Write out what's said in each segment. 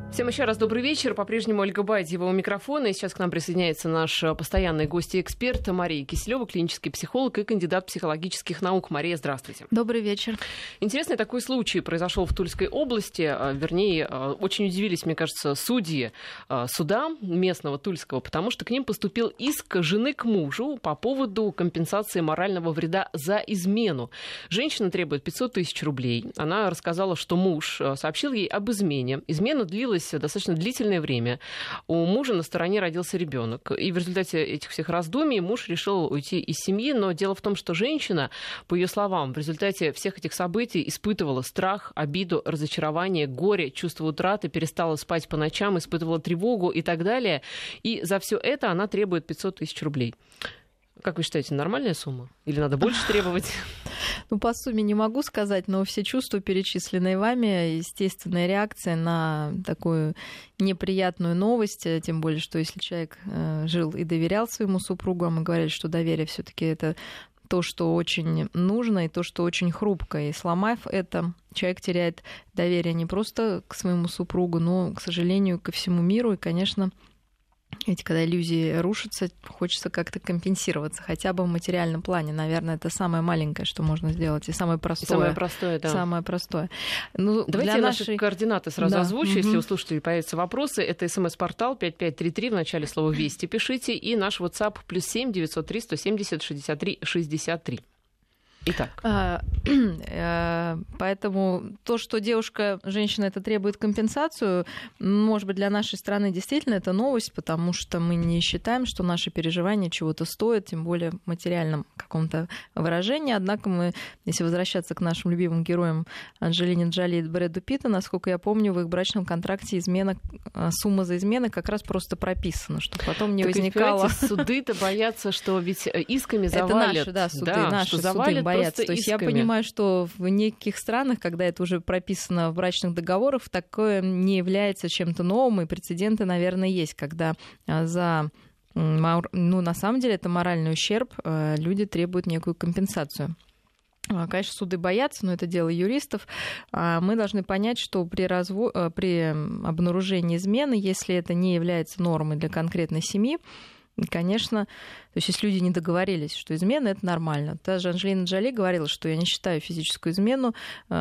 Всем еще раз добрый вечер. По-прежнему Ольга Бадьева у микрофона. И сейчас к нам присоединяется наш постоянный гость и эксперт Мария Киселева, клинический психолог и кандидат психологических наук. Мария, здравствуйте. Добрый вечер. Интересный такой случай произошел в Тульской области. Вернее, очень удивились, мне кажется, судьи суда местного тульского, потому что к ним поступил иск жены к мужу по поводу компенсации морального вреда за измену. Женщина требует 500 тысяч рублей. Она рассказала, что муж сообщил ей об измене. Измена длилась достаточно длительное время. У мужа на стороне родился ребенок. И в результате этих всех раздумий муж решил уйти из семьи. Но дело в том, что женщина, по ее словам, в результате всех этих событий испытывала страх, обиду, разочарование, горе, чувство утраты, перестала спать по ночам, испытывала тревогу и так далее. И за все это она требует 500 тысяч рублей. Как вы считаете, нормальная сумма? Или надо больше требовать? Ну, по сумме не могу сказать, но все чувства, перечисленные вами, естественная реакция на такую неприятную новость, тем более, что если человек жил и доверял своему супругу, а мы говорили, что доверие все-таки это то, что очень нужно, и то, что очень хрупко. И сломав это, человек теряет доверие не просто к своему супругу, но, к сожалению, ко всему миру. И, конечно, ведь когда иллюзии рушатся, хочется как-то компенсироваться, хотя бы в материальном плане. Наверное, это самое маленькое, что можно сделать, и самое простое. Самое простое, да. Самое простое. Ну, давайте я наши координаты сразу озвучу, если у слушателей появятся вопросы. Это СМС-портал 5533, в начале слова «Вести» пишите, и наш WhatsApp +7 903 170 63 63. Итак. Поэтому то, что женщина это требует компенсацию, может быть, для нашей страны действительно это новость, потому что мы не считаем, что наши переживания чего-то стоят, тем более в материальном каком-то выражении. Однако мы, если возвращаться к нашим любимым героям Анджелине Джоли и Брэду Питту, насколько я помню, в их брачном контракте сумма за измены как раз просто прописана, чтобы потом не возникало... Суды-то боятся, что ведь исками завалят. Это наши суды боятся. То есть я понимаю, что в неких странах, когда это уже прописано в брачных договорах, такое не является чем-то новым, и прецеденты, наверное, есть, когда на самом деле это моральный ущерб, люди требуют некую компенсацию. Конечно, суды боятся, но это дело юристов. Мы должны понять, что при обнаружении измены, если это не является нормой для конкретной семьи, конечно, то есть если люди не договорились, что измена — это нормально. Та же Анджелина Джоли говорила, что я не считаю физическую измену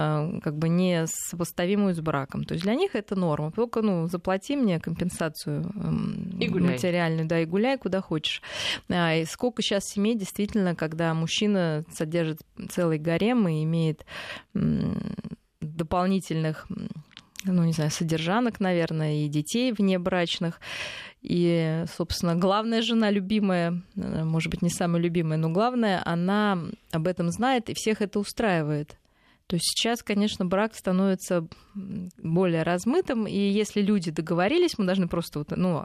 не сопоставимую с браком. То есть для них это норма. Только заплати мне компенсацию материальную, и гуляй куда хочешь. И сколько сейчас семей действительно, когда мужчина содержит целый гарем и имеет дополнительных содержанок, наверное, и детей внебрачных. И, собственно, главная жена, любимая, может быть, не самая любимая, но главная, она об этом знает, и всех это устраивает. То есть сейчас, конечно, брак становится более размытым, и если люди договорились, мы должны просто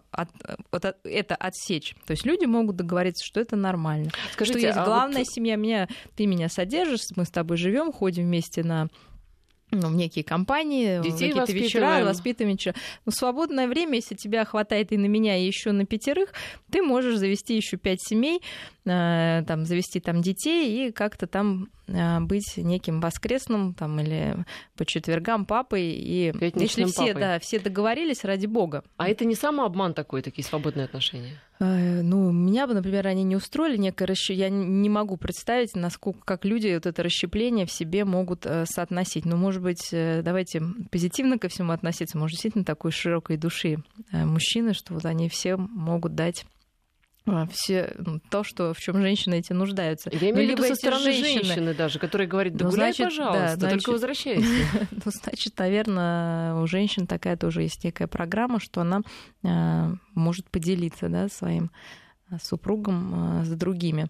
это отсечь. То есть люди могут договориться, что это нормально. Скажите, что есть главная семья, ты меня содержишь, мы с тобой живем, ходим вместе в некие компании, детей какие-то вечера, воспитываем вечера. Но в свободное время, если тебя хватает и на меня, и еще на 5, ты можешь завести еще 5 семей, завести детей и как-то там быть неким воскресным или по четвергам папой. И если все договорились, ради бога. А это не самообман такие свободные отношения? Меня бы, например, они не устроили некое я не могу представить, насколько как люди это расщепление в себе могут соотносить. Но, может быть, давайте позитивно ко всему относиться. Может, действительно такой широкой души мужчины, что они все могут дать все то, в чем женщины эти нуждаются. Я имею в виду со стороны женщины даже, которая говорит, гуляй, пожалуйста, только возвращайся. Значит, наверное, у женщин такая тоже есть некая программа, что она может поделиться своим супругом с другими.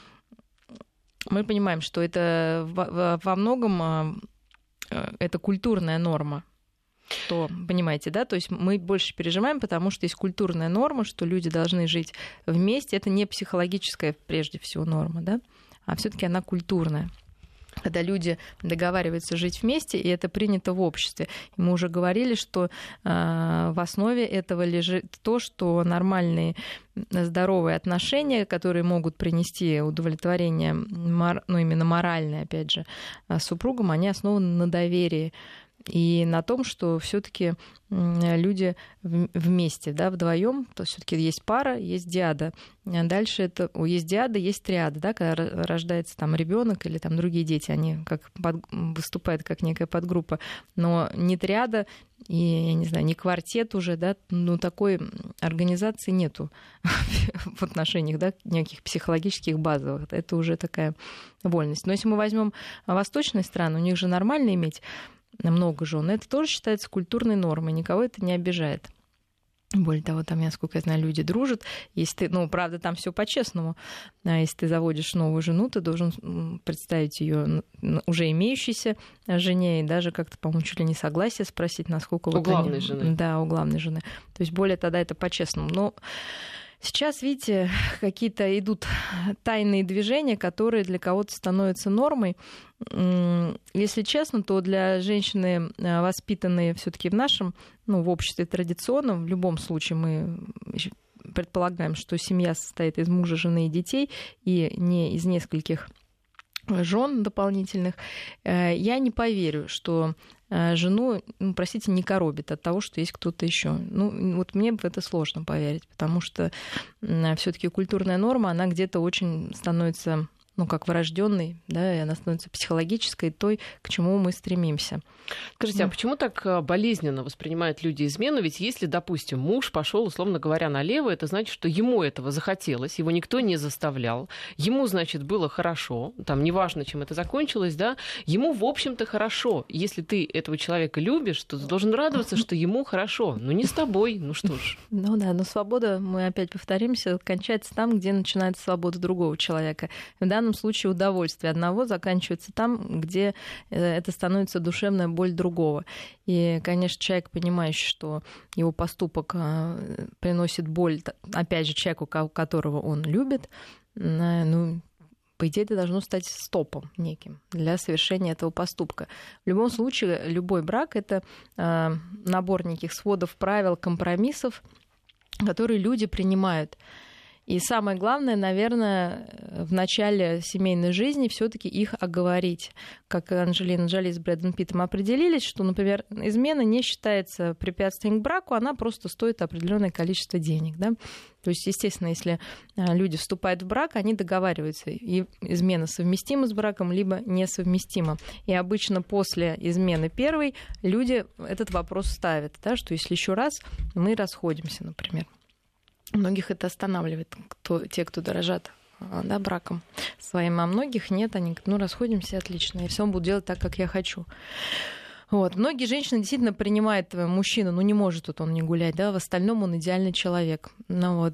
Мы понимаем, что это во многом это культурная норма. Что, понимаете, да? То есть мы больше переживаем, потому что есть культурная норма, что люди должны жить вместе. Это не психологическая, прежде всего, норма, да? А все-таки она культурная. Когда люди договариваются жить вместе, и это принято в обществе. И мы уже говорили, что в основе этого лежит то, что нормальные здоровые отношения, которые могут принести удовлетворение, именно моральное, опять же, супругам, они основаны на доверии. и на том, что все-таки люди вместе, да, вдвоем, то все-таки есть пара, есть диада. Дальше это есть диада, есть триада, да, когда рождается там ребенок или там другие дети, они выступают как некая подгруппа, но не триада и, я не знаю, не квартет уже, да, ну такой организации нету в отношениях, да, неких психологических базовых. Это уже такая вольность. Но если мы возьмем восточные страны, у них же нормально иметь много жен. Это тоже считается культурной нормой, никого это не обижает. Более того, там, насколько я знаю, люди дружат. Если ты, ну, правда, там все по-честному. А если ты заводишь новую жену, ты должен представить ее уже имеющейся жене и даже как-то, по-моему, чуть ли не согласие спросить, насколько у главной жены. Да, у главной жены. То есть более тогда это по-честному. Но сейчас, видите, какие-то идут тайные движения, которые для кого-то становятся нормой. Если честно, то для женщины, воспитанной все-таки в нашем, ну, в обществе традиционном, в любом случае мы предполагаем, что семья состоит из мужа, жены и детей, и не из нескольких жен дополнительных, я не поверю, что жену, ну, простите, не коробит от того, что есть кто-то еще. Ну, вот мне в это сложно поверить, потому что все-таки культурная норма, она где-то очень становится, ну, как врожденной, да, и она становится психологической, той, к чему мы стремимся. Скажите, а почему так болезненно воспринимают люди измену? Ведь если, допустим, муж пошел, условно говоря, налево, это значит, что ему этого захотелось, его никто не заставлял, ему, значит, было хорошо, там, неважно, чем это закончилось, да, ему, в общем-то, хорошо. Если ты этого человека любишь, то ты должен радоваться, что ему хорошо. Ну, не с тобой, ну что ж. Ну да, но свобода, мы опять повторимся, кончается там, где начинается свобода другого человека. В данном случае удовольствие одного заканчивается там, где это становится душевная боль другого. И, конечно, человек, понимающий, что его поступок приносит боль, опять же, человеку, которого он любит, ну, по идее, это должно стать стопом неким для совершения этого поступка. В любом случае, любой брак — это набор неких сводов правил, компромиссов, которые люди принимают. И самое главное, наверное, в начале семейной жизни все-таки их оговорить. Как Анджелина Джоли с Брэдом Питтом определились, что, например, измена не считается препятствием к браку, она просто стоит определенное количество денег. Да? То есть, естественно, если люди вступают в брак, они договариваются, и измена совместима с браком, либо несовместима. И обычно после измены первой люди этот вопрос ставят, да, что если еще раз мы расходимся, например. Многих это останавливает, те, кто дорожат, да, браком своим, а многих нет, они говорят, ну, расходимся, отлично, я все буду делать так, как я хочу. Вот. Многие женщины действительно принимают мужчину, ну, не может тут он не гулять, да, в остальном он идеальный человек. Ну,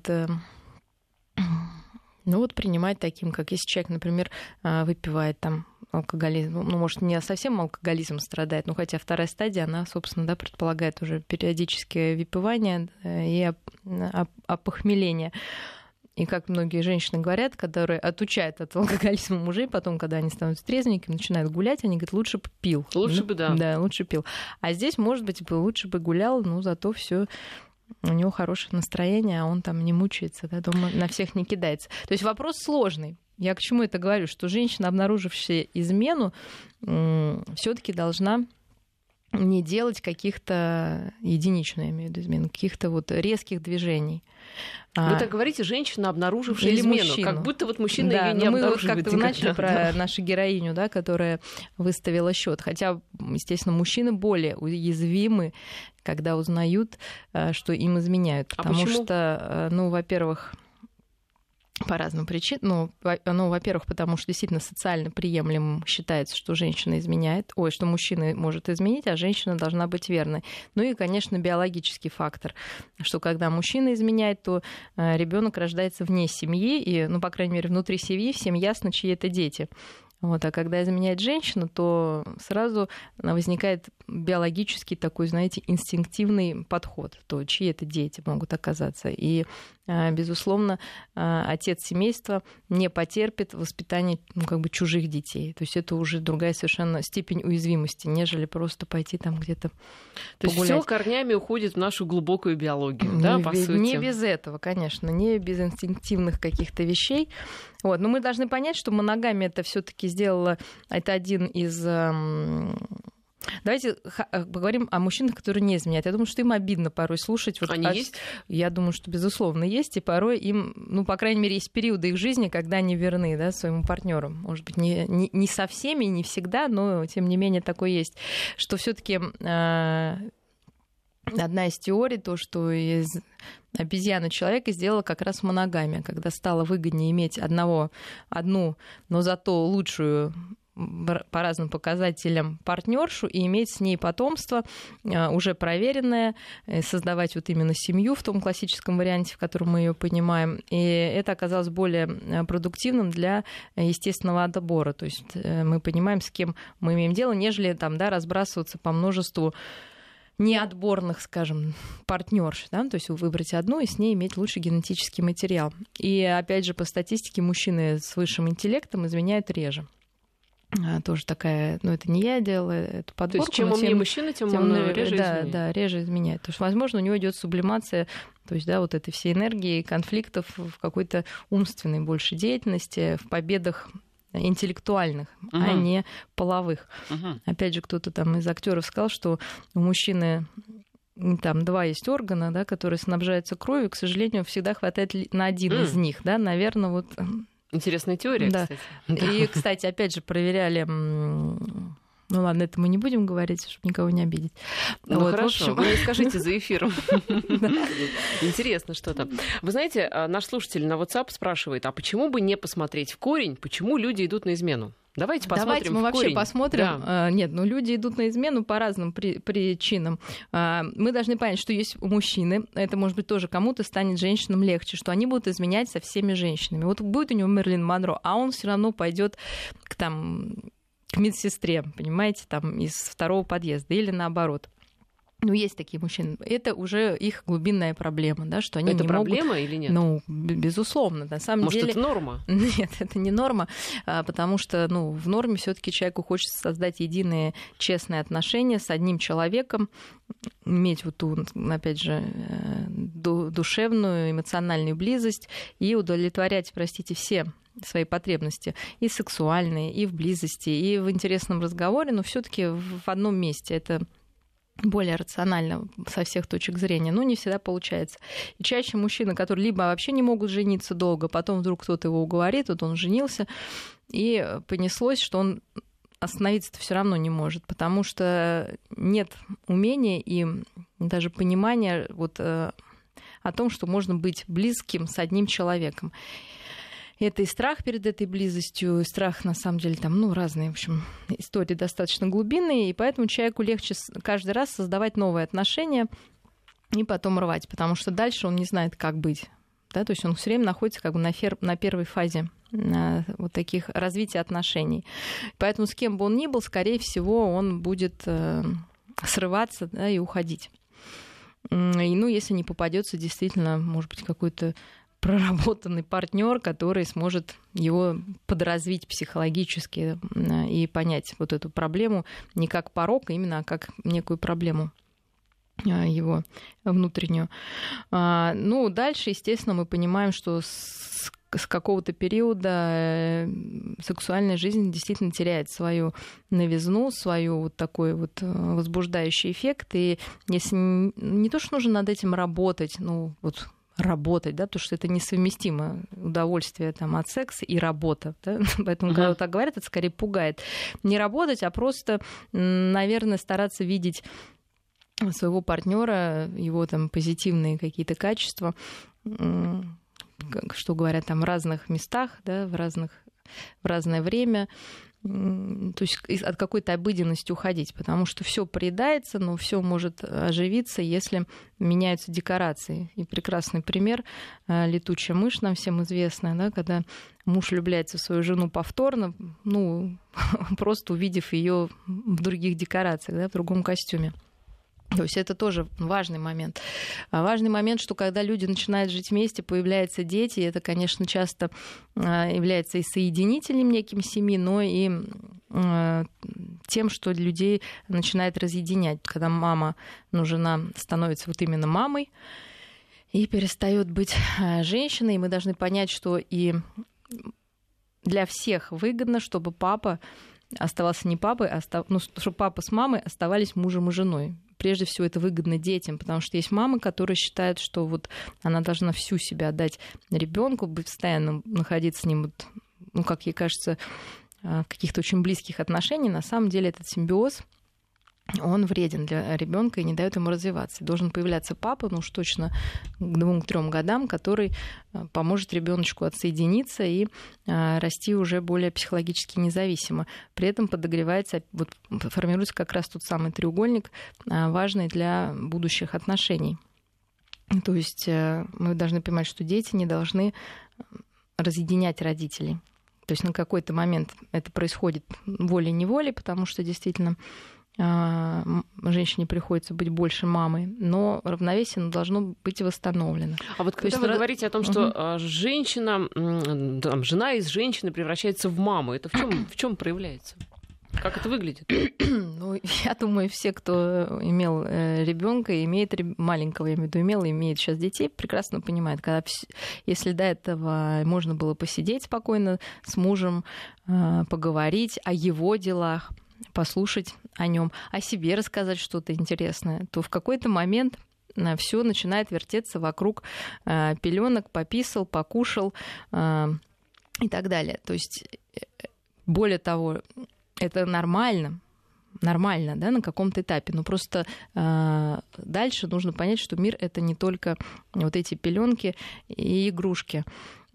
вот принимать таким, как если человек, например, выпивает там алкоголизм, ну, может, не совсем алкоголизм страдает, но хотя вторая стадия, она, собственно, да, предполагает уже периодическое выпивание и опохмеление. И как многие женщины говорят, которые отучают от алкоголизма мужей, потом, когда они становятся трезвенниками, начинают гулять, они говорят, лучше бы пил. Лучше бы, да. Да, лучше пил. А здесь, может быть, лучше бы гулял, но зато все у него хорошее настроение, а он там не мучается, да, дома на всех не кидается. То есть вопрос сложный. Я к чему это говорю? Что женщина, обнаружившая измену, все-таки должна не делать каких-то, единичную, я имею в виду измену, каких-то вот резких движений. Вы так говорите, женщина, обнаружившая или измену, мужчину. Как будто вот мужчина да, ее не обнаруживает. Мы вот как-то начали про нашу героиню, да, которая выставила счет. Хотя, естественно, мужчины более уязвимы, когда узнают, что им изменяют. Потому что, ну, во-первых, по разным причинам. Ну, во-первых, потому что действительно социально приемлемым считается, что женщина изменяет, что мужчина может изменить, а женщина должна быть верной. Ну и, конечно, биологический фактор, что когда мужчина изменяет, то ребенок рождается вне семьи, и, ну, по крайней мере, внутри семьи всем ясно, чьи это дети. Вот, а когда изменяет женщина, то сразу возникает биологический такой, знаете, инстинктивный подход, то чьи это дети могут оказаться. И, безусловно, отец семейства не потерпит воспитание, ну, как бы чужих детей. То есть это уже другая совершенно степень уязвимости, нежели просто пойти там где-то То погулять. есть все корнями уходит в нашу глубокую биологию, да, по сути? Не без этого, конечно, не без инстинктивных каких-то вещей. Вот. Но мы должны понять, что моногамия это все-таки сделала, это один из Давайте поговорим о мужчинах, которые не изменяют. Я думаю, что им обидно порой слушать. Они есть? Я думаю, что, безусловно, есть. И порой им, ну, по крайней мере, есть периоды их жизни, когда они верны, да, своему партнеру. Может быть, не со всеми, не всегда, но, тем не менее, такое есть. Что все-таки одна из теорий, то, что из обезьяны человека сделала как раз моногамия, когда стало выгоднее иметь одну, но зато лучшую по разным показателям партнершу и иметь с ней потомство уже проверенное, создавать вот именно семью в том классическом варианте, в котором мы ее понимаем. И это оказалось более продуктивным для естественного отбора. То есть мы понимаем, с кем мы имеем дело, нежели там, да, разбрасываться по множеству неотборных, скажем, партнерш, да? То есть выбрать одну и с ней иметь лучший генетический материал. И опять же, по статистике, мужчины с высшим интеллектом изменяют реже. Тоже такая, ну, это не я делала, это подборка. То есть чем умнее мужчина, тем он реже изменяет. Да, реже изменяет. Потому что, возможно, у него идет сублимация, то есть, да, вот этой всей энергии, конфликтов в какой-то умственной больше деятельности, в победах интеллектуальных, а не половых. Опять же, кто-то там из актеров сказал, что у мужчины там 2 есть органа, да, которые снабжаются кровью, к сожалению, всегда хватает на один из них, да, наверное, вот. Интересная теория, да. Кстати. И, кстати, опять же, проверяли... Ну ладно, это мы не будем говорить, чтобы никого не обидеть. Ну вот, хорошо, вы не скажите за эфиром. Интересно что-то. Вы знаете, наш слушатель на WhatsApp спрашивает, а почему бы не посмотреть в корень, почему люди идут на измену? Давайте посмотрим. Давайте мы вообще корень. посмотрим. Да. Нет, ну люди идут на измену по разным причинам. Мы должны понять, что есть у мужчины, это, может быть, тоже кому-то станет женщинам легче, что они будут изменять со всеми женщинами. Вот будет у него Мерлин Монро, а он все равно пойдет к медсестре, понимаете, там из 2-го подъезда или наоборот. Ну, есть такие мужчины. Это уже их глубинная проблема, да, что они это не проблема могут... или нет? Ну, безусловно. На самом деле... Может, это норма? Нет, это не норма, потому что, ну, в норме все-таки человеку хочется создать единые честные отношения с одним человеком, иметь вот ту, опять же, душевную, эмоциональную близость и удовлетворять, простите, все свои потребности и сексуальные, и в близости, и в интересном разговоре, но все-таки в одном месте. Это более рационально со всех точек зрения, но не всегда получается. И чаще мужчины, которые либо вообще не могут жениться долго, потом вдруг кто-то его уговорит, вот он женился, и понеслось, что он остановиться-то все равно не может, потому что нет умения и даже понимания вот о том, что можно быть близким с одним человеком. Это и страх перед этой близостью, и страх, на самом деле, там, ну, разные, в общем, истории достаточно глубинные, и поэтому человеку легче каждый раз создавать новые отношения и потом рвать, потому что дальше он не знает, как быть. Да? То есть он все время находится как бы на первой фазе вот таких развития отношений. Поэтому с кем бы он ни был, скорее всего, он будет срываться, да, и уходить. И, ну, если не попадется действительно, может быть, какой-то проработанный партнер, который сможет его подразвить психологически и понять вот эту проблему не как порок, а именно как некую проблему его внутреннюю. Ну, дальше, естественно, мы понимаем, что с какого-то периода сексуальная жизнь действительно теряет свою новизну, свою вот такой вот возбуждающий эффект. И если не то, что нужно над этим работать, ну, вот работать, да, потому что это несовместимо удовольствие там, от секса и работа. Да? Поэтому, когда вот так говорят, это скорее пугает. Не работать, а просто, наверное, стараться видеть своего партнера, его там позитивные какие-то качества, что говорят там в разных местах, да, в разное время. То есть от какой-то обыденности уходить, потому что все приедается, но все может оживиться, если меняются декорации. И прекрасный пример — летучая мышь, нам всем известная, да, когда муж влюбляется в свою жену повторно, ну, просто увидев ее в других декорациях, да, в другом костюме. То есть это тоже важный момент. Важный момент, что когда люди начинают жить вместе, появляются дети, это, конечно, часто является и соединителем неким семьи, но и тем, что людей начинает разъединять. Когда мама, ну, жена становится вот именно мамой и перестает быть женщиной, мы должны понять, что и для всех выгодно, чтобы папа оставался не папой, чтобы папа с мамой оставались мужем и женой. Прежде всего, это выгодно детям, потому что есть мамы, которые считают, что вот она должна всю себя отдать ребенку, постоянно находиться с ним, как ей кажется, в каких-то очень близких отношениях. На самом деле этот симбиоз, он вреден для ребенка и не дает ему развиваться. Должен появляться папа, уж точно к 2-3 годам, который поможет ребеночку отсоединиться и расти уже более психологически независимо. При этом подогревается, формируется как раз тот самый треугольник, важный для будущих отношений. То есть мы должны понимать, что дети не должны разъединять родителей. То есть на какой-то момент это происходит волей-неволей, потому что действительно женщине приходится быть больше мамой, но равновесие должно быть восстановлено. А вот когда вы говорите о том, что женщина, жена из женщины превращается в маму, это в чем проявляется? Как это выглядит? Я думаю, все, кто имел ребенка, имеет маленького, я имею в виду, имел и имеет сейчас детей, прекрасно понимают, если до этого можно было посидеть спокойно с мужем, поговорить о его делах, послушать о нем, о себе рассказать что-то интересное, то в какой-то момент все начинает вертеться вокруг пеленок, пописал, покушал и так далее. То есть, более того, это нормально, да, на каком-то этапе. Но просто дальше нужно понять, что мир — это не только вот эти пеленки и игрушки.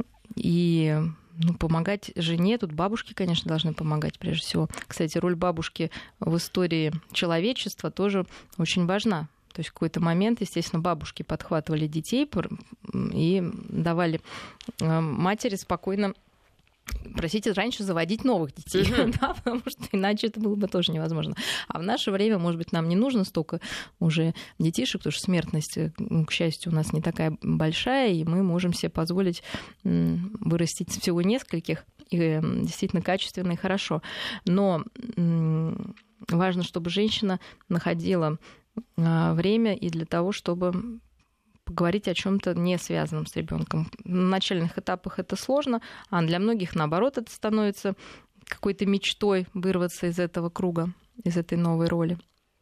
И помогать жене, тут бабушки, конечно, должны помогать прежде всего. Кстати, роль бабушки в истории человечества тоже очень важна. То есть в какой-то момент, естественно, бабушки подхватывали детей и давали матери спокойно, простите, раньше заводить новых детей, да, потому что иначе это было бы тоже невозможно. А в наше время, может быть, нам не нужно столько уже детишек, потому что смертность, к счастью, у нас не такая большая, и мы можем себе позволить вырастить всего нескольких, и действительно качественно и хорошо. Но важно, чтобы женщина находила время и для того, чтобы поговорить о чем-то не связанном с ребенком. На начальных этапах это сложно, а для многих, наоборот, это становится какой-то мечтой вырваться из этого круга, из этой новой роли.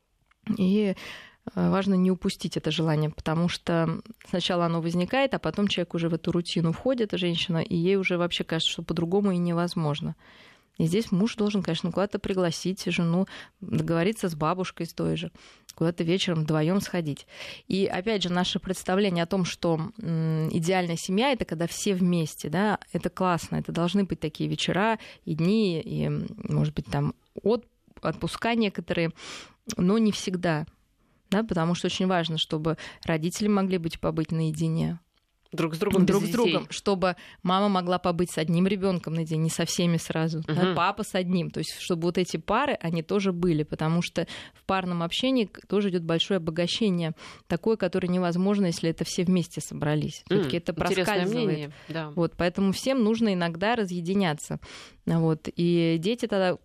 И важно не упустить это желание, потому что сначала оно возникает, а потом человек уже в эту рутину входит, женщина, и ей уже вообще кажется, что по-другому и невозможно. И здесь муж должен, конечно, куда-то пригласить жену, договориться с бабушкой с той же, куда-то вечером вдвоем сходить. И опять же, наше представление о том, что идеальная семья — это когда все вместе, да, это классно, это должны быть такие вечера и дни, и, может быть, там отпуска некоторые, но не всегда, да, потому что очень важно, чтобы родители могли побыть наедине. Друг с другом, чтобы мама могла побыть с одним ребенком на день, не со всеми сразу, да, папа с одним, то есть чтобы вот эти пары, они тоже были, потому что в парном общении тоже идет большое обогащение, такое, которое невозможно, если это все вместе собрались. Все-таки это проскальзывает. Да. Вот, поэтому всем нужно иногда разъединяться. Вот, и дети тогда,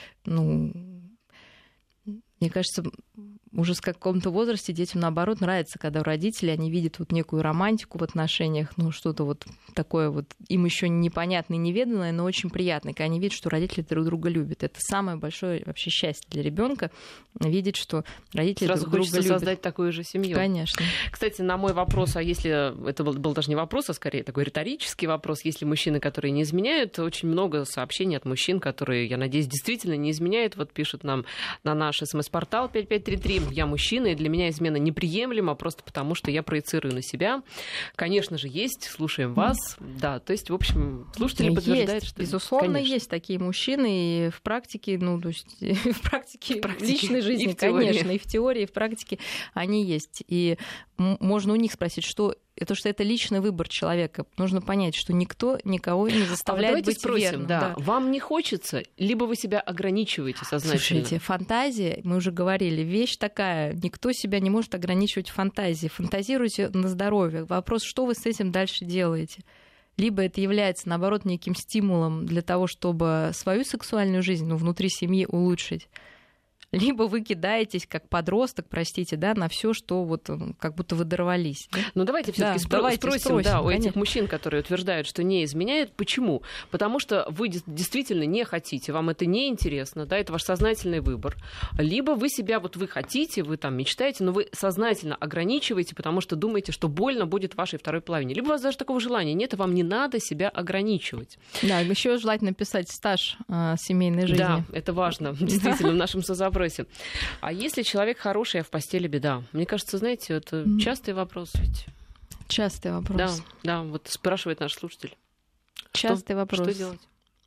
мне кажется, уже в каком-то возрасте детям, наоборот, нравится, когда у родителей они видят вот некую романтику в отношениях, что-то вот такое вот им еще непонятное, неведанное, но очень приятное, когда они видят, что родители друг друга любят. Это самое большое вообще счастье для ребенка видеть, что родители сразу друг друга любят. Сразу хочется создать такую же семью. Конечно. Кстати, на мой вопрос, а если это был даже не вопрос, а скорее такой риторический вопрос, есть ли мужчины, которые не изменяют, очень много сообщений от мужчин, которые, я надеюсь, действительно не изменяют. Вот пишут нам на наш СМС-портал 5533. Я мужчина, и для меня измена неприемлема просто потому, что я проецирую на себя. Конечно же, есть. Слушаем вас. Да, то есть, в общем, слушатели подтверждают, что... Безусловно, конечно, есть такие мужчины, и в практике, то есть в практике личной жизни, конечно, и в теории, и в практике они есть. И можно у них спросить, что это личный выбор человека. Нужно понять, что никто никого не заставляет быть верным. Да. Вам не хочется, либо вы себя ограничиваете сознательно? Слушайте, фантазия, мы уже говорили, вещь такая, никто себя не может ограничивать в фантазии. Фантазируйте на здоровье. Вопрос, что вы с этим дальше делаете? Либо это является, наоборот, неким стимулом для того, чтобы свою сексуальную жизнь внутри семьи улучшить. либо вы кидаетесь как подросток, простите, да, на все, что вот как будто вы дорвались. Да? Ну давайте все-таки спросим, да, у этих мужчин, которые утверждают, что не изменяют, почему? Потому что вы действительно не хотите, вам это не интересно, да, это ваш сознательный выбор. Либо вы себя, вот вы хотите, вы там мечтаете, но вы сознательно ограничиваете, потому что думаете, что больно будет вашей второй половине. Либо у вас даже такого желания нет, и вам не надо себя ограничивать. Да, еще желательно писать стаж семейной жизни. Да, это важно, действительно, в нашем созапросе. А если человек хороший, а в постели беда? Мне кажется, знаете, это частый вопрос ведь. Частый вопрос. Да, вот спрашивает наш слушатель. Частый вопрос. Что делать?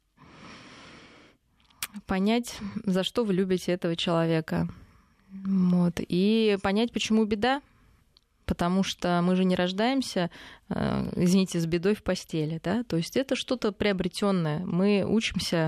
Понять, за что вы любите этого человека. Вот. И понять, почему беда. Потому что мы же не рождаемся, извините, с бедой в постели. Да? То есть это что-то приобретенное. Мы учимся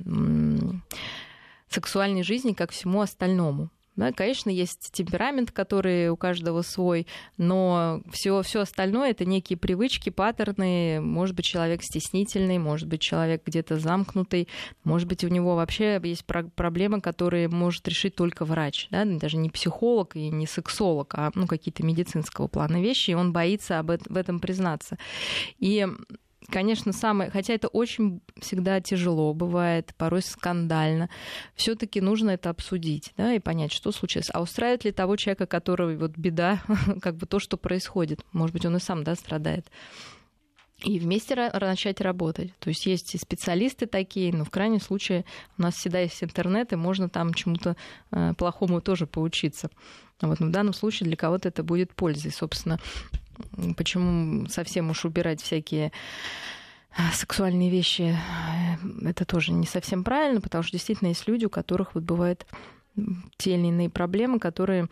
сексуальной жизни, как всему остальному. Да, конечно, есть темперамент, который у каждого свой, но все остальное — это некие привычки, паттерны. Может быть, человек стеснительный, может быть, человек где-то замкнутый, может быть, у него вообще есть проблемы, которые может решить только врач, да? Даже не психолог и не сексолог, а какие-то медицинского плана вещи, и он боится в этом признаться. И конечно, хотя это очень всегда тяжело бывает, порой скандально, все-таки нужно это обсудить, да, и понять, что случилось. А устраивает ли того человека, которого вот беда, как бы то, что происходит? Может быть, он и сам, да, страдает. И вместе начать работать. То есть есть и специалисты такие, но в крайнем случае у нас всегда есть интернет, и можно там чему-то плохому тоже поучиться. Вот, но в данном случае для кого-то это будет пользой, собственно. Почему совсем уж убирать всякие сексуальные вещи, это тоже не совсем правильно, потому что действительно есть люди, у которых вот бывают те или иные проблемы, которые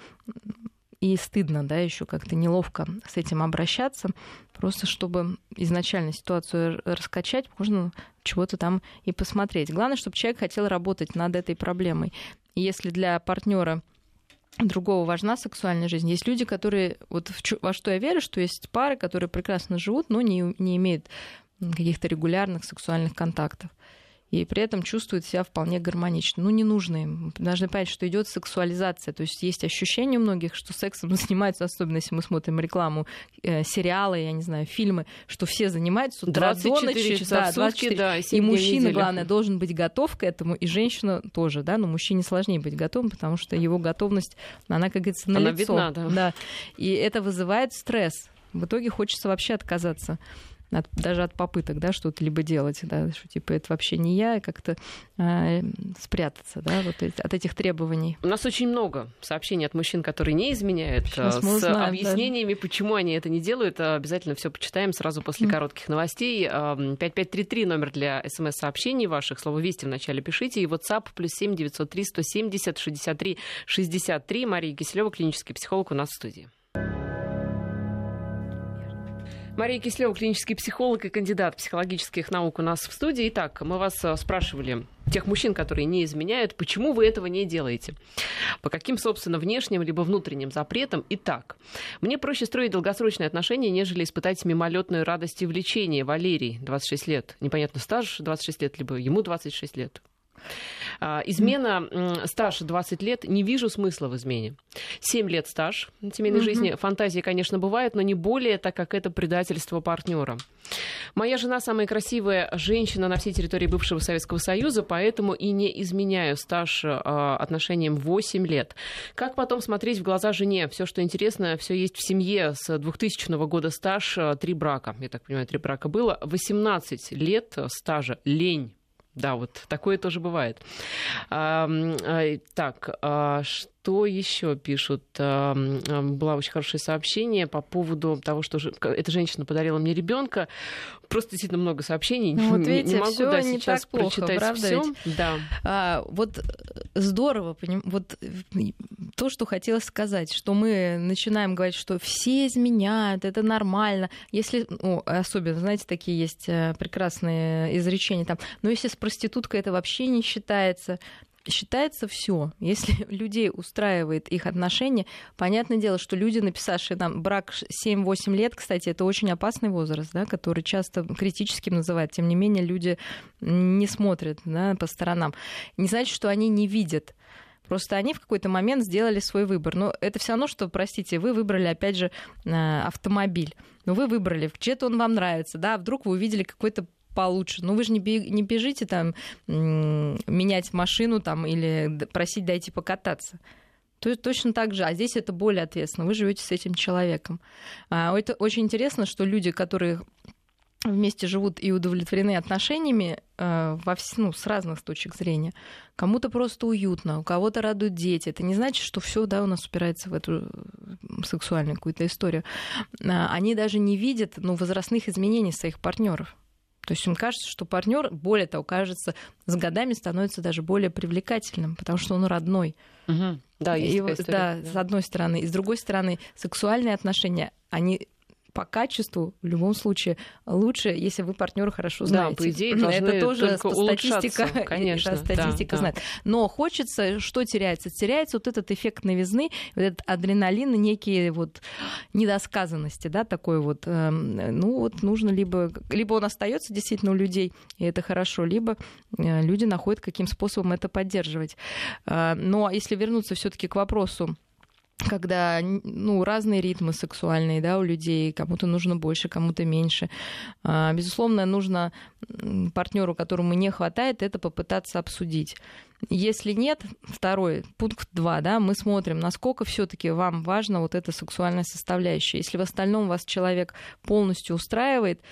и стыдно, да, еще как-то неловко с этим обращаться, просто чтобы изначально ситуацию раскачать, можно чего-то там и посмотреть. Главное, чтобы человек хотел работать над этой проблемой. И если для партнера другого важна сексуальная жизнь. Есть люди, которые... Вот во что я верю, что есть пары, которые прекрасно живут, но не имеют каких-то регулярных сексуальных контактов. И при этом чувствуют себя вполне гармонично. Не нужно им. Должны понять, что идет сексуализация. То есть есть ощущение у многих, что сексом занимаются, особенно если мы смотрим рекламу, сериалы, я не знаю, фильмы, что все занимаются с утра до ночи. Часа в сутки, да, и мужчина, главное, должен быть готов к этому, и женщина тоже, да, но мужчине сложнее быть готовым, потому что его готовность, она, как говорится, налицо. Она видна, да. И это вызывает стресс. В итоге хочется вообще отказаться. Даже от попыток, да, что-то либо делать, да, что типа это вообще не я, и как-то спрятаться, да, вот от этих требований. У нас очень много сообщений от мужчин, которые не изменяют, с объяснениями, почему они это не делают. Обязательно все почитаем сразу после коротких новостей. 5533 номер для СМС-сообщений ваших. Слово «Вести» вначале пишите. И WhatsApp +7 903 170 63 63. Мария Киселева, клинический психолог, у нас в студии. Мария Киселева, клинический психолог и кандидат психологических наук у нас в студии. Итак, мы вас спрашивали, тех мужчин, которые не изменяют, почему вы этого не делаете? По каким, собственно, внешним либо внутренним запретам? Итак, мне проще строить долгосрочные отношения, нежели испытать мимолетную радость и влечение. Валерий, 26 лет. Непонятно, стаж 26 лет, либо ему 26 лет. Измена, стаж 20 лет, не вижу смысла в измене. 7 лет стаж в семейной жизни. Фантазии, конечно, бывают, но не более, так как это предательство партнера. Моя жена самая красивая женщина на всей территории бывшего Советского Союза, поэтому и не изменяю стаж отношениям 8 лет. Как потом смотреть в глаза жене? Все, что интересно, все есть в семье. С 2000 года стаж, 3 брака. Я так понимаю, 3 брака было. 18 лет стажа. Лень. Да, вот такое тоже бывает. Так, что еще пишут? Было очень хорошее сообщение по поводу того, что эта женщина подарила мне ребенка. Просто действительно много сообщений. Ну, вот видите, не могу не сейчас так плохо, прочитать все. Да. Вот здорово, вот то, что хотелось сказать, что мы начинаем говорить, что все изменяют, это нормально. Если, особенно, знаете, такие есть прекрасные изречения там, но если с проституткой это вообще не считается. Считается все. Если людей устраивает их отношения, понятное дело, что люди, написавшие нам брак 7-8 лет, кстати, это очень опасный возраст, да, который часто критическим называют. Тем не менее, люди не смотрят, да, по сторонам. Не значит, что они не видят. Просто они в какой-то момент сделали свой выбор. Но это все равно, что, простите, вы выбрали, опять же, автомобиль. Но вы выбрали, где-то он вам нравится, да, вдруг вы увидели какой-то получше. Ну, вы же не бежите там менять машину там, или просить дайте покататься. То точно так же. А здесь это более ответственно. Вы живете с этим человеком. Это очень интересно, что люди, которые вместе живут и удовлетворены отношениями с разных точек зрения. Кому-то просто уютно, у кого-то радуют дети. Это не значит, что все, да, у нас упирается в эту сексуальную какую-то историю. Они даже не видят возрастных изменений своих партнеров. То есть им кажется, что партнер, более того, кажется, с годами становится даже более привлекательным, потому что он родной. Угу. Да, есть такая история. Да, с одной стороны. И с другой стороны, сексуальные отношения, они по качеству в любом случае лучше, если вы партнера хорошо знаете. Да, по идее, должны это тоже статистика, конечно, статистика знает. Но хочется, что теряется? Теряется вот этот эффект новизны, вот этот адреналин, некие вот недосказанности, да, такой вот. Нужно либо он остается действительно у людей, и это хорошо, либо люди находят, каким способом это поддерживать. Но если вернуться все-таки к вопросу, когда разные ритмы сексуальные, да, у людей, кому-то нужно больше, кому-то меньше. Безусловно, нужно партнеру, которому не хватает, это попытаться обсудить. Если нет, второй, пункт 2, да, мы смотрим, насколько все-таки вам важна вот эта сексуальная составляющая. Если в остальном вас человек полностью устраивает,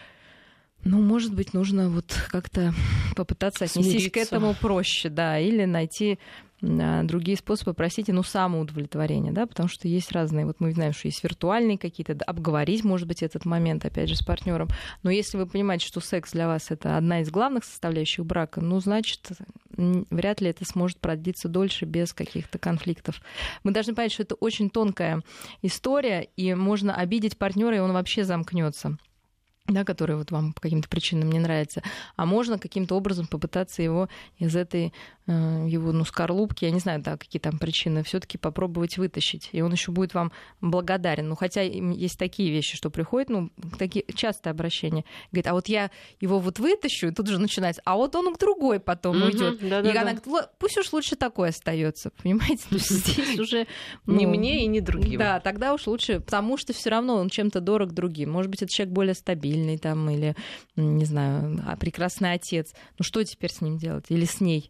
может быть, нужно вот как-то попытаться отнестись к этому проще, да, или найти другие способы, простите, самоудовлетворения, да, потому что есть разные, вот мы знаем, что есть виртуальные какие-то, обговорить, может быть, этот момент, опять же, с партнером. Но если вы понимаете, что секс для вас это одна из главных составляющих брака, значит, вряд ли это сможет продлиться дольше без каких-то конфликтов. Мы должны понять, что это очень тонкая история, и можно обидеть партнера, и он вообще замкнется, да, который вот вам по каким-то причинам не нравится, а можно каким-то образом попытаться его из этой его скорлупки, я не знаю, да, какие там причины, все-таки попробовать вытащить, и он еще будет вам благодарен. Хотя есть такие вещи, что приходят, такие частые обращения, говорит, а вот я его вот вытащу, и тут же начинается, а вот он к другой потом уйдет, и она говорит, пусть уж лучше такой остается, понимаете, то есть здесь уже не мне и не другим. Да, тогда уж лучше, потому что все равно он чем-то дорог другим. Может быть, это человек более стабильный там, или, не знаю, прекрасный отец. Что теперь с ним делать? Или с ней?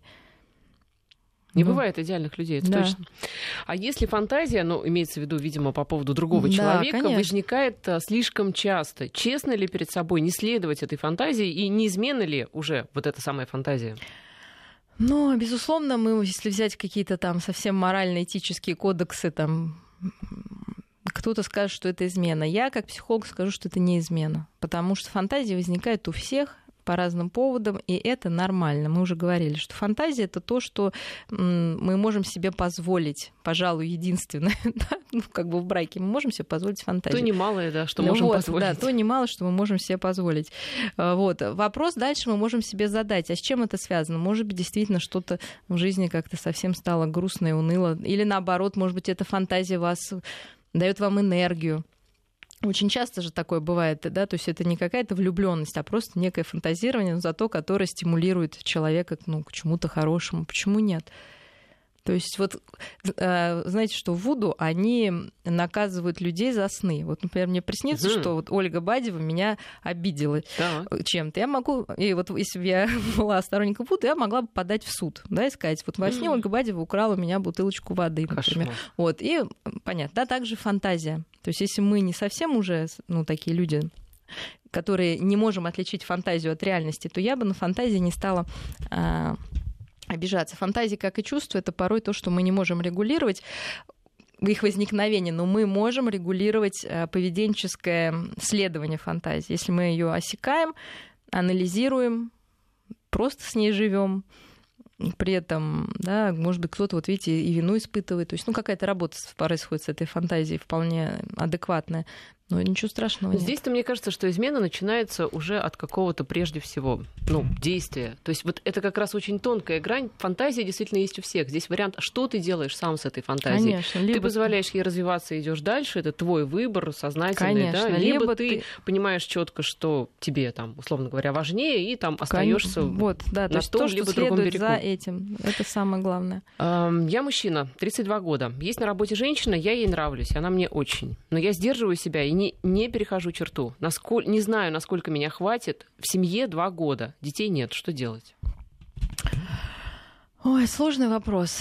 Не бывает идеальных людей, это точно. А если фантазия, имеется в виду, видимо, по поводу другого человека, конечно, возникает слишком часто, честно ли перед собой не следовать этой фантазии и неизменна ли уже вот эта самая фантазия? Безусловно, если взять какие-то там совсем морально-этические кодексы, там кто-то скажет, что это измена. Я, как психолог, скажу, что это не измена, потому что фантазии возникают у всех по разным поводам, и это нормально. Мы уже говорили, что фантазия — это то, что мы можем себе позволить, пожалуй, единственное, да? В браке мы можем себе позволить фантазию. То немалое, да, что можем позволить. Да, то немало, что мы можем себе позволить. Вопрос дальше мы можем себе задать, а с чем это связано? Может быть, действительно что-то в жизни как-то совсем стало грустно и уныло, или наоборот, может быть, эта фантазия вас дает вам энергию. Очень часто же такое бывает, да, то есть это не какая-то влюбленность, а просто некое фантазирование, но зато которое стимулирует человека к чему-то хорошему. Почему нет? То есть знаете, что в Вуду они наказывают людей за сны. Например, мне приснится, что Ольга Бадева меня обидела чем-то. Я могу, и если бы я была сторонником Вуду, я могла бы подать в суд, да, и сказать, во сне Ольга Бадева украла у меня бутылочку воды, например. И понятно, да, также фантазия. То есть если мы не совсем уже, такие люди, которые не можем отличить фантазию от реальности, то я бы на фантазии не стала обижаться. Фантазии, как и чувства, это порой то, что мы не можем регулировать, их возникновение, но мы можем регулировать поведенческое следование фантазии. Если мы ее осекаем, анализируем, просто с ней живем, при этом, да, может быть, кто-то, видите, и вину испытывает. То есть, какая-то работа происходит с этой фантазией вполне адекватная. Но ничего страшного нет. Здесь-то мне кажется, что измена начинается уже от какого-то прежде всего действия. То есть вот это как раз очень тонкая грань. Фантазия действительно есть у всех. Здесь вариант, что ты делаешь сам с этой фантазией. Конечно, ты позволяешь ей развиваться и идешь дальше. Это твой выбор сознательный. Конечно, да? Либо ты понимаешь четко, что тебе там, условно говоря, важнее, и там остаешься вот, да, на том, либо другом берегу. За этим. Это самое главное. Я мужчина, 32 года. Есть на работе женщина, я ей нравлюсь, она мне очень. Но я сдерживаю себя и не перехожу черту. Не знаю, насколько меня хватит. В семье 2 года. Детей нет. Что делать? Ой, сложный вопрос.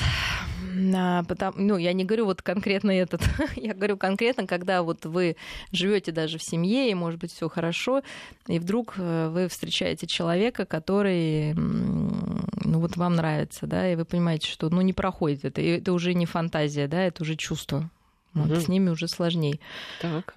Я не говорю вот конкретно этот. Я говорю конкретно, когда вот вы живете даже в семье, и, может быть, все хорошо, и вдруг вы встречаете человека, который вот вам нравится, да, и вы понимаете, что не проходит это. И это уже не фантазия, да, это уже чувство. Вот, с ними уже сложнее. Так.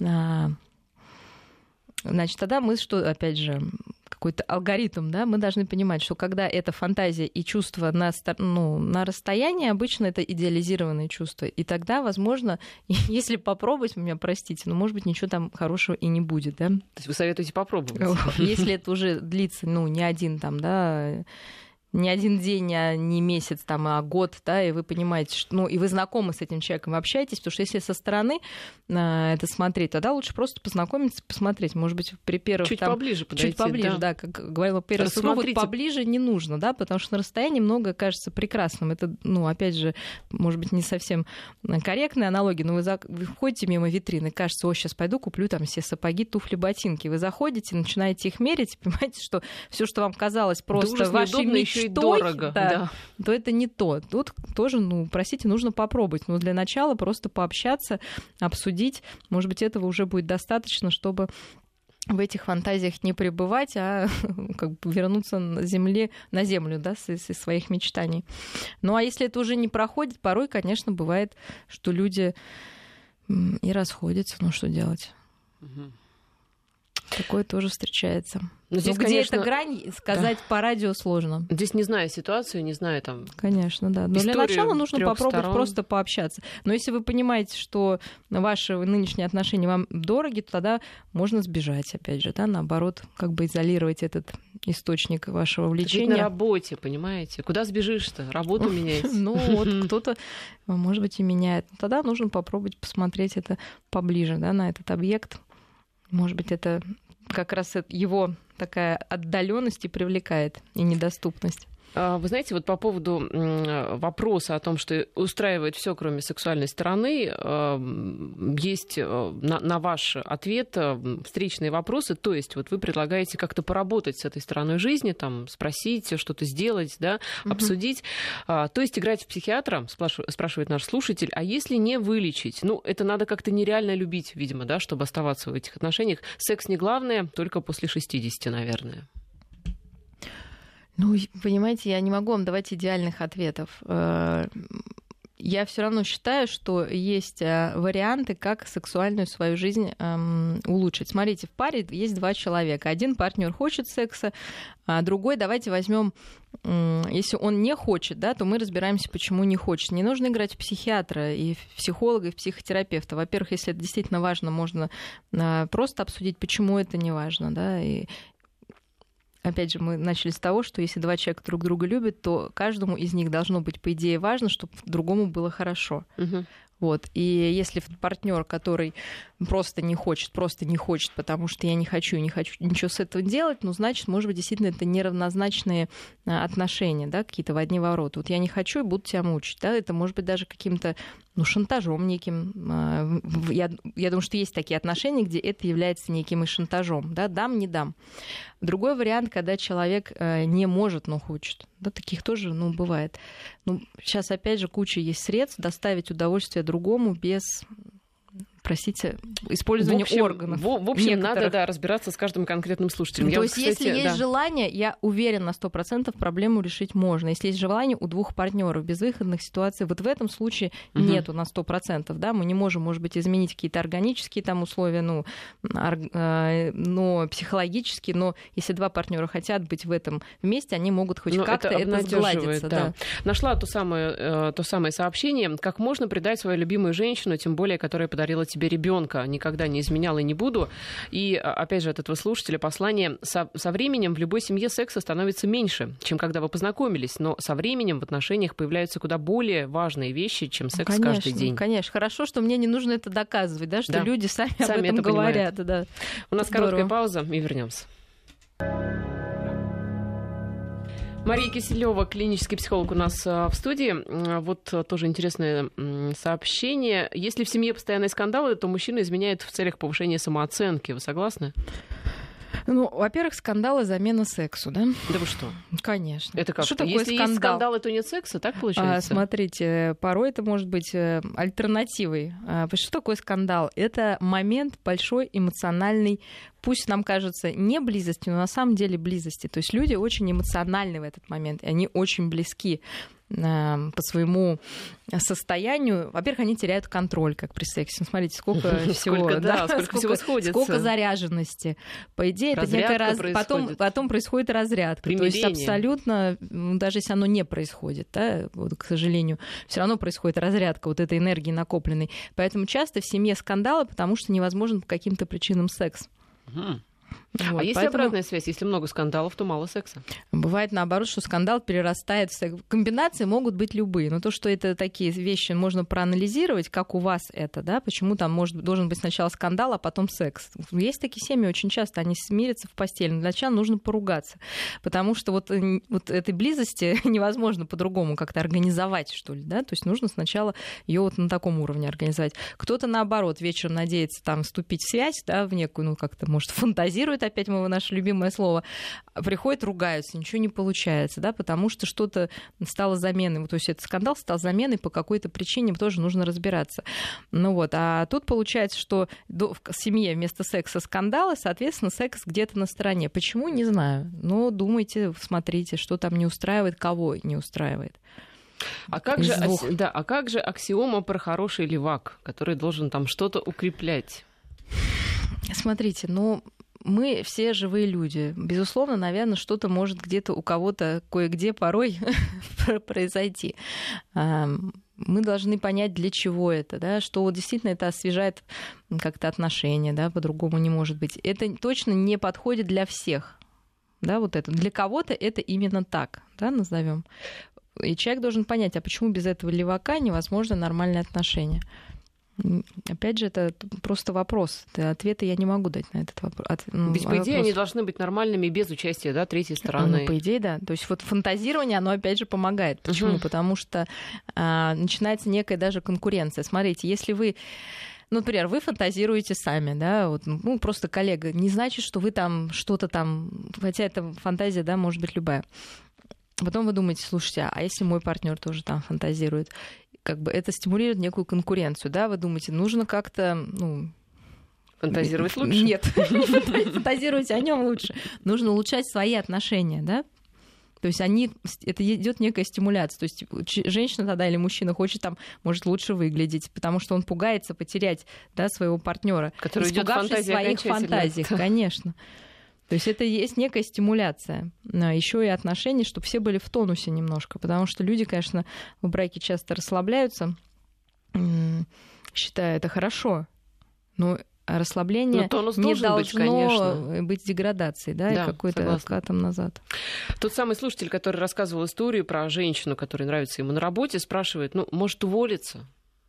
Значит, тогда мы опять же, какой-то алгоритм, да, мы должны понимать, что когда это фантазия и чувство на расстоянии, обычно это идеализированные чувства. И тогда, возможно, если попробовать, вы меня простите, может быть, ничего там хорошего и не будет, да. То есть вы советуете попробовать? Если это уже длится, не один там, да, не один день, а не месяц, а год, да, и вы понимаете, что, и вы знакомы с этим человеком, вы общаетесь, потому что если со стороны это смотреть, тогда лучше просто познакомиться, посмотреть, может быть, при первых... Чуть поближе подойти, чуть поближе, да, как говорила первая супруга, поближе не нужно, да, потому что на расстоянии многое кажется прекрасным. Это, опять же, может быть, не совсем корректная аналогия, но вы ходите мимо витрины, кажется, сейчас пойду куплю там все сапоги, туфли, ботинки. Вы заходите, начинаете их мерить, понимаете, что все, что вам казалось просто вашей мечтой, дорого, да, то это не то. Тут тоже, простите, нужно попробовать. Но для начала просто пообщаться, обсудить. Может быть, этого уже будет достаточно, чтобы в этих фантазиях не пребывать, а вернуться на землю, да, из своих мечтаний. А если это уже не проходит, порой, конечно, бывает, что люди и расходятся. Что делать? Такое тоже встречается. Но здесь, где эта грань, сказать по радио сложно. Здесь не зная ситуацию, не зная там. Конечно, да. Но для начала нужно попробовать просто пообщаться. Но если вы понимаете, что ваши нынешние отношения вам дороги, то тогда можно сбежать, опять же, да, наоборот, изолировать этот источник вашего влечения. На работе, понимаете? Куда сбежишь-то? Работу менять. Кто-то, может быть, и меняет. Тогда нужно попробовать посмотреть это поближе, да, на этот объект. Может быть, это как раз его такая отдаленность и привлекает, и недоступность. Вы знаете, вот по поводу вопроса о том, что устраивает все, кроме сексуальной стороны, есть на ваш ответ встречные вопросы. То есть вот вы предлагаете как-то поработать с этой стороной жизни, там, спросить, что-то сделать, да, обсудить. То есть играть в психиатра, спрашивает наш слушатель, а если не вылечить? Это надо как-то нереально любить, видимо, да, чтобы оставаться в этих отношениях. Секс не главное, только после 60, наверное. Понимаете, я не могу вам давать идеальных ответов. Я все равно считаю, что есть варианты, как сексуальную свою жизнь улучшить. Смотрите, в паре есть 2 человека. Один партнер хочет секса, а другой, давайте возьмем, если он не хочет, да, то мы разбираемся, почему не хочет. Не нужно играть в психиатра и в психолога, и в психотерапевта. Во-первых, если это действительно важно, можно просто обсудить, почему это не важно, да, и опять же, мы начали с того, что если 2 человека друг друга любят, то каждому из них должно быть, по идее, важно, чтобы другому было хорошо. И если партнер, который просто не хочет, потому что я не хочу ничего с этого делать, значит, может быть, действительно, это неравнозначные отношения, да, какие-то в одни ворота. Я не хочу и буду тебя мучить. Да? Это может быть даже каким-то шантажом неким. Я думаю, что есть такие отношения, где это является неким и шантажом. Да? Дам, не дам. Другой вариант, когда человек не может, но хочет. Да, таких тоже, бывает. Сейчас, опять же, куча есть средств доставить удовольствие другому без, простите, использования органов. В общем, надо разбираться с каждым конкретным слушателем. То есть, если есть желание, я уверена на 100%, проблему решить можно. Если есть желание у 2 партнеров безвыходных ситуаций, вот в этом случае нету на 100%. Да? Мы не можем, может быть, изменить какие-то органические там условия, но психологические. Но если 2 партнера хотят быть в этом вместе, они могут хоть как-то это сгладиться. Да. Нашла то самое сообщение, как можно предать свою любимую женщину, тем более, которая подарила тебе себе ребенка, никогда не изменял и не буду. И, опять же, от этого слушателя послание: со временем в любой семье секса становится меньше, чем когда вы познакомились, но со временем в отношениях появляются куда более важные вещи, чем секс каждый день. Конечно, хорошо, что мне не нужно это доказывать, да, что да. люди сами об этом говорят. Да. У нас короткая пауза, и вернемся. Мария Киселева, клинический психолог, у нас в студии. Вот тоже интересное сообщение. Если в семье постоянные скандалы, то мужчина изменяет в целях повышения самооценки. Вы согласны? Ну, во-первых, скандалы — замена сексу, да? Да вы что? Конечно. Это как? Что такое Если скандал? есть скандалы, то нет секса, так получается? Смотрите, порой это может быть альтернативой. Что такое скандал? Это момент большой эмоциональной, пусть нам кажется не близости, но на самом деле близости. То есть люди очень эмоциональны в этот момент, и они очень близки по своему состоянию. Во-первых, они теряют контроль, как при сексе. Смотрите, сколько всего сходится. Сколько заряженности. По идее, это некая потом происходит разрядка. Примирение. То есть абсолютно, даже если оно не происходит, да, вот, к сожалению, все равно происходит разрядка вот этой энергии накопленной. Поэтому часто в семье скандалы, потому что невозможен по каким-то причинам секс. Вот, есть обратная связь? Если много скандалов, то мало секса. Бывает наоборот, что скандал перерастает в секс. Комбинации могут быть любые, но то, что это такие вещи можно проанализировать, как у вас это, да, почему там должен быть сначала скандал, а потом секс. Есть такие семьи, очень часто они смирятся в постели, но сначала нужно поругаться, потому что вот этой близости невозможно по-другому как-то организовать, что ли, да, то есть нужно сначала ее вот на таком уровне организовать. Кто-то, наоборот, вечером надеется там вступить в связь, да, в некую, ну, как-то, может, фантазирует, опять наше любимое слово, приходят, ругаются, ничего не получается, да, потому что что-то стало заменой. То есть этот скандал стал заменой по какой-то причине, тоже нужно разбираться. Ну вот, а тут получается, что в семье вместо секса скандалы, соответственно, секс где-то на стороне. Почему? Не знаю. Но думайте, смотрите, что там не устраивает, кого не устраивает. А как же аксиома про хороший левак, который должен там что-то укреплять? Смотрите, мы все живые люди. Безусловно, наверное, что-то может где-то у кого-то кое-где порой произойти. Мы должны понять, для чего это, да, что вот действительно это освежает как-то отношения, да, по-другому не может быть. Это точно не подходит для всех. Да, вот это. Для кого-то это именно так, да, назовем. И человек должен понять, а почему без этого левака невозможно нормальные отношения. Опять же, это просто вопрос. Ответа я не могу дать на этот вопрос. Ведь, по идее, они должны быть нормальными без участия, да, третьей стороны. По идее, да. То есть вот фантазирование, оно, опять же, помогает. Почему? Потому что начинается некая даже конкуренция. Смотрите, если вы... например, вы фантазируете сами, да, вот, просто коллега, не значит, что вы там что-то там... Хотя эта фантазия, да, может быть любая. Потом вы думаете, слушайте, а если мой партнер тоже там фантазирует? Как бы это стимулирует некую конкуренцию, да, вы думаете, нужно как-то, фантазировать лучше? Нет, фантазируйте о нем лучше. Нужно улучшать свои отношения, да. То есть это идет некая стимуляция. То есть женщина тогда или мужчина хочет там, может, лучше выглядеть, потому что он пугается потерять, да, своего партнера, испугавшись своих фантазий, конечно. То есть это есть некая стимуляция. Еще и отношения, чтобы все были в тонусе немножко. Потому что люди, конечно, в браке часто расслабляются, считая это хорошо. Но расслабление не должно быть деградацией, да, и какой-то откатом назад. Тот самый слушатель, который рассказывал историю про женщину, которая нравится ему на работе, спрашивает, может уволиться?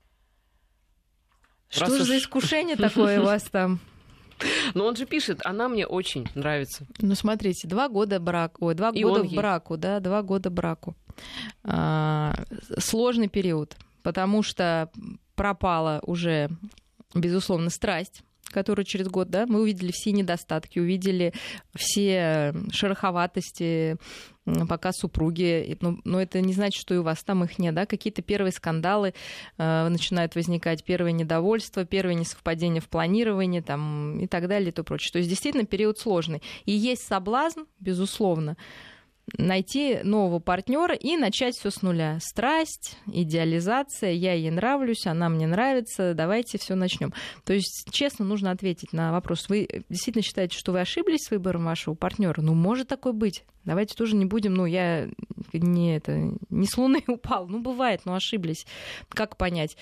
Что же за искушение такое у вас там? Но он же пишет, она мне очень нравится. Смотрите, 2 года браку, 2 года в браку, да, 2 года браку. Сложный период, потому что пропала уже, безусловно, страсть, которую через год, да, мы увидели все недостатки, увидели все шероховатости, пока супруги, но это не значит, что и у вас там их нет, да, какие-то первые скандалы начинают возникать, первое недовольство, первое несовпадение в планировании там, и так далее и то прочее. То есть действительно период сложный. И есть соблазн, безусловно, найти нового партнера и начать все с нуля. Страсть, идеализация, я ей нравлюсь, она мне нравится, давайте все начнем. То есть, честно, нужно ответить на вопрос. Вы действительно считаете, что вы ошиблись с выбором вашего партнера? Может такое быть. Давайте тоже не будем, я не с Луны упал. Бывает, ошиблись. Как понять?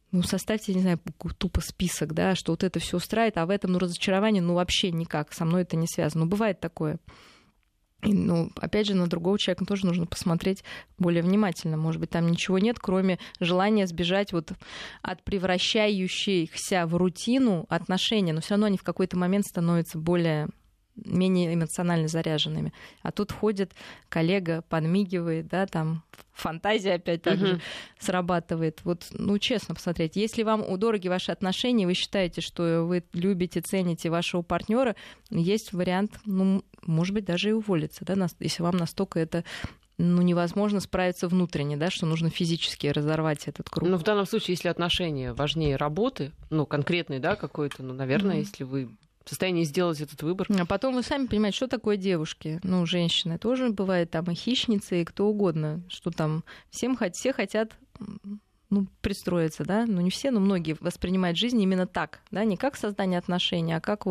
составьте, не знаю, тупо список, да, что вот это все устраивает, а в этом, разочарование, вообще никак, со мной это не связано. Бывает такое. И, опять же, на другого человека тоже нужно посмотреть более внимательно. Может быть, там ничего нет, кроме желания сбежать от превращающихся в рутину отношений, но все равно они в какой-то момент становятся менее эмоционально заряженными. А тут ходит коллега, подмигивает, да, там фантазия опять так же срабатывает. Честно посмотреть, если вам дороги ваши отношения, вы считаете, что вы любите, цените вашего партнера, есть вариант, может быть, даже и уволиться, да, если вам настолько это невозможно справиться внутренне, да, что нужно физически разорвать этот круг. В данном случае, если отношения важнее работы, конкретной, да, какой-то, наверное, если вы в состоянии сделать этот выбор. А потом вы сами понимаете, что такое девушки. Женщины тоже бывают там и хищницы, и кто угодно, что там все хотят пристроиться, да, не все, но многие воспринимают жизнь именно так, да, не как создание отношений, а как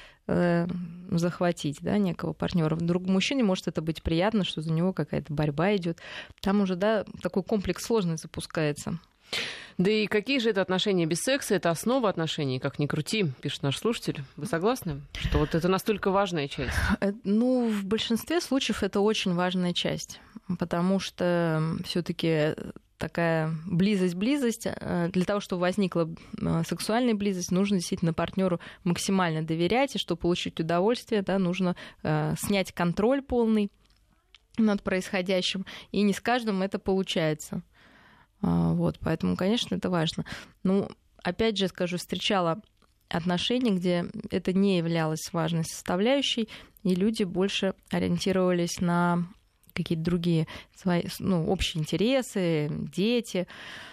захватить, да, некого партнера. Другому мужчине может это быть приятно, что за него какая-то борьба идет. Там уже, да, такой комплекс сложный запускается. Да и какие же это отношения без секса? Это основа отношений, как ни крути, пишет наш слушатель. Вы согласны, что это настолько важная часть? В большинстве случаев это очень важная часть, потому что все-таки такая близость, для того, чтобы возникла сексуальная близость, нужно действительно партнеру максимально доверять, и чтобы получить удовольствие, да, нужно снять контроль полный над происходящим, и не с каждым это получается. Поэтому, конечно, это важно. Опять же, скажу, встречала отношения, где это не являлось важной составляющей, и люди больше ориентировались на какие-то другие свои, общие интересы, дети.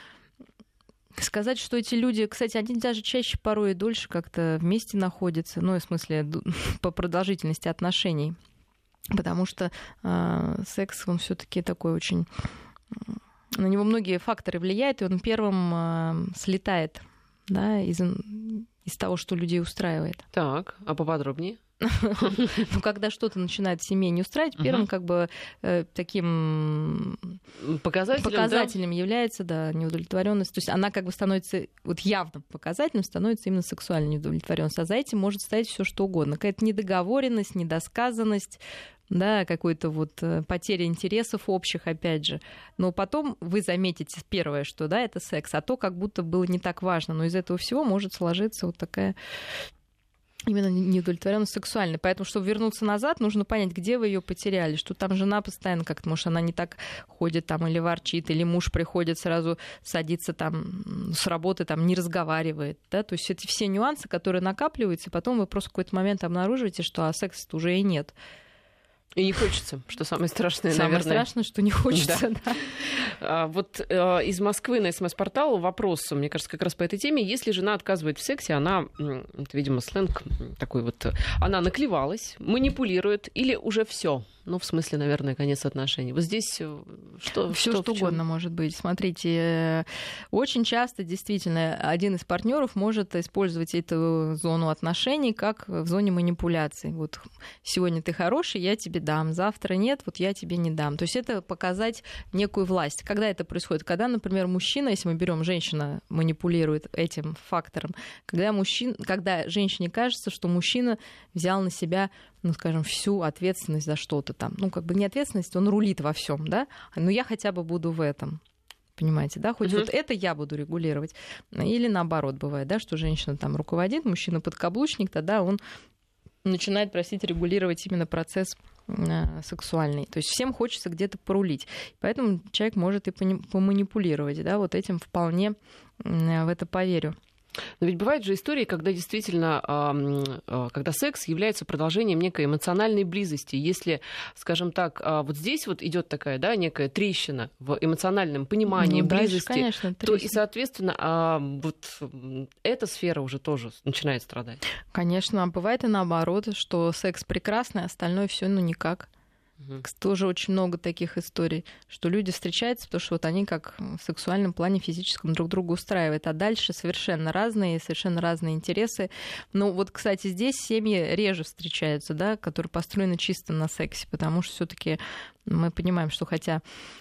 Сказать, что эти люди, кстати, они даже чаще порой и дольше как-то вместе находятся, в смысле по продолжительности отношений, потому что секс, он все-таки такой очень... На него многие факторы влияют, и он первым слетает, да, из того, что людей устраивает. Так, а поподробнее? Когда что-то начинает в семье не устраивать, первым таким показателем является, да, неудовлетворенность. То есть она становится явным показателем, становится именно сексуальная неудовлетворенность. А за этим может стоять все что угодно. Какая-то недоговоренность, недосказанность, да, какой-то потеря интересов общих, опять же. Но потом вы заметите первое, что, да, это секс, а то как будто было не так важно. Но из этого всего может сложиться такая именно неудовлетворенность сексуальной. Поэтому, чтобы вернуться назад, нужно понять, где вы ее потеряли, что там жена постоянно как-то, может, она не так ходит там или ворчит, или муж приходит сразу садится там с работы, там не разговаривает, да, то есть это все нюансы, которые накапливаются, и потом вы просто в какой-то момент обнаруживаете, что секса-то уже и нет. И не хочется, что самое страшное, наверное. Самое страшное, что не хочется, да. Из Москвы на СМС-портал вопрос, мне кажется, как раз по этой теме. Если жена отказывает в сексе, она, это, видимо, сленг такой она наклевалась, манипулирует или уже все? В смысле, наверное, конец отношений. Здесь что угодно может быть. Смотрите, очень часто действительно один из партнеров может использовать эту зону отношений как в зоне манипуляций. Сегодня ты хороший, я тебе дам, завтра нет, я тебе не дам. То есть это показать некую власть. Когда это происходит? Когда, например, мужчина, если мы берем, женщина манипулирует этим фактором, когда женщине кажется, что мужчина взял на себя, скажем, всю ответственность за что-то там. Не ответственность, он рулит во всем, да? Но я хотя бы буду в этом. Понимаете, да? Хоть это я буду регулировать. Или наоборот бывает, да, что женщина там руководит, мужчина подкаблучник, тогда он начинает просить регулировать именно процесс сексуальный. То есть всем хочется где-то порулить. Поэтому человек может и поманипулировать, да, этим вполне в это поверю. Но ведь бывают же истории, когда действительно, когда секс является продолжением некой эмоциональной близости. Если, скажем так, здесь идет такая, да, некая трещина в эмоциональном понимании близости, конечно, то и, соответственно, эта сфера уже тоже начинает страдать. Конечно, а бывает и наоборот, что секс прекрасный, а остальное все никак. Тоже очень много таких историй, что люди встречаются, потому что они как в сексуальном плане физическом друг друга устраивают, а дальше совершенно разные интересы. Кстати, здесь семьи реже встречаются, да, которые построены чисто на сексе, потому что все-таки мы понимаем, что хотя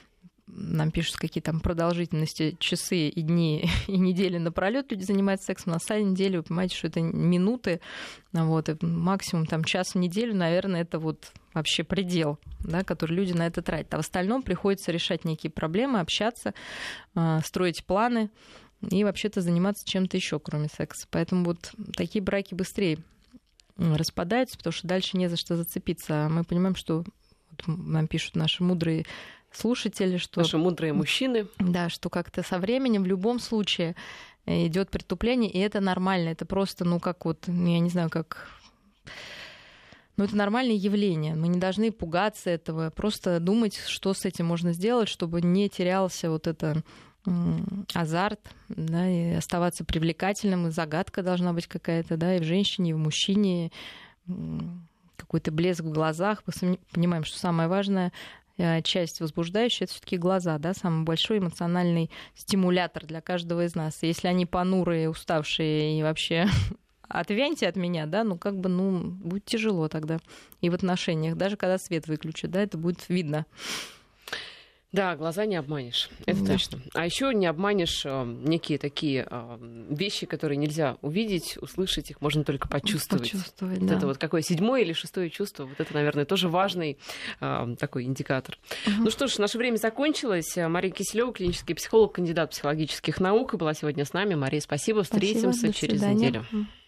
нам пишут, какие там продолжительности часы и дни и недели напролёт люди занимаются сексом. На самом деле, вы понимаете, что это минуты, вот, и максимум там час в неделю, наверное, это вот вообще предел, да, который люди на это тратят. А в остальном приходится решать некие проблемы, общаться, строить планы и вообще-то заниматься чем-то еще, кроме секса. Поэтому вот такие браки быстрее распадаются, потому что дальше не за что зацепиться. А мы понимаем, что вот нам пишут наши мудрые слушатели, что... Наши мудрые мужчины. Да, что как-то со временем в любом случае идет притупление, и это нормально. Это просто, ну, как вот, я не знаю, как... Ну, это нормальное явление. Мы не должны пугаться этого, просто думать, что с этим можно сделать, чтобы не терялся вот это азарт, да, и оставаться привлекательным, и загадка должна быть какая-то, да, и в женщине, и в мужчине, какой-то блеск в глазах. Мы понимаем, что самое важное часть возбуждающая — это все-таки глаза, да, самый большой эмоциональный стимулятор для каждого из нас. Если они понурые, уставшие и вообще отвяньте от меня, да, ну как бы, ну, будет тяжело тогда и в отношениях, даже когда свет выключат, да, это будет видно. Да, глаза не обманешь, это точно. А еще не обманешь некие такие вещи, которые нельзя увидеть, услышать, их можно только почувствовать. Вот да. Это вот какое 7-е или 6-е чувство, вот это, наверное, тоже важный такой индикатор. Ну что ж, наше время закончилось. Мария Киселева, клинический психолог, кандидат психологических наук, была сегодня с нами. Мария, спасибо. Встретимся через неделю.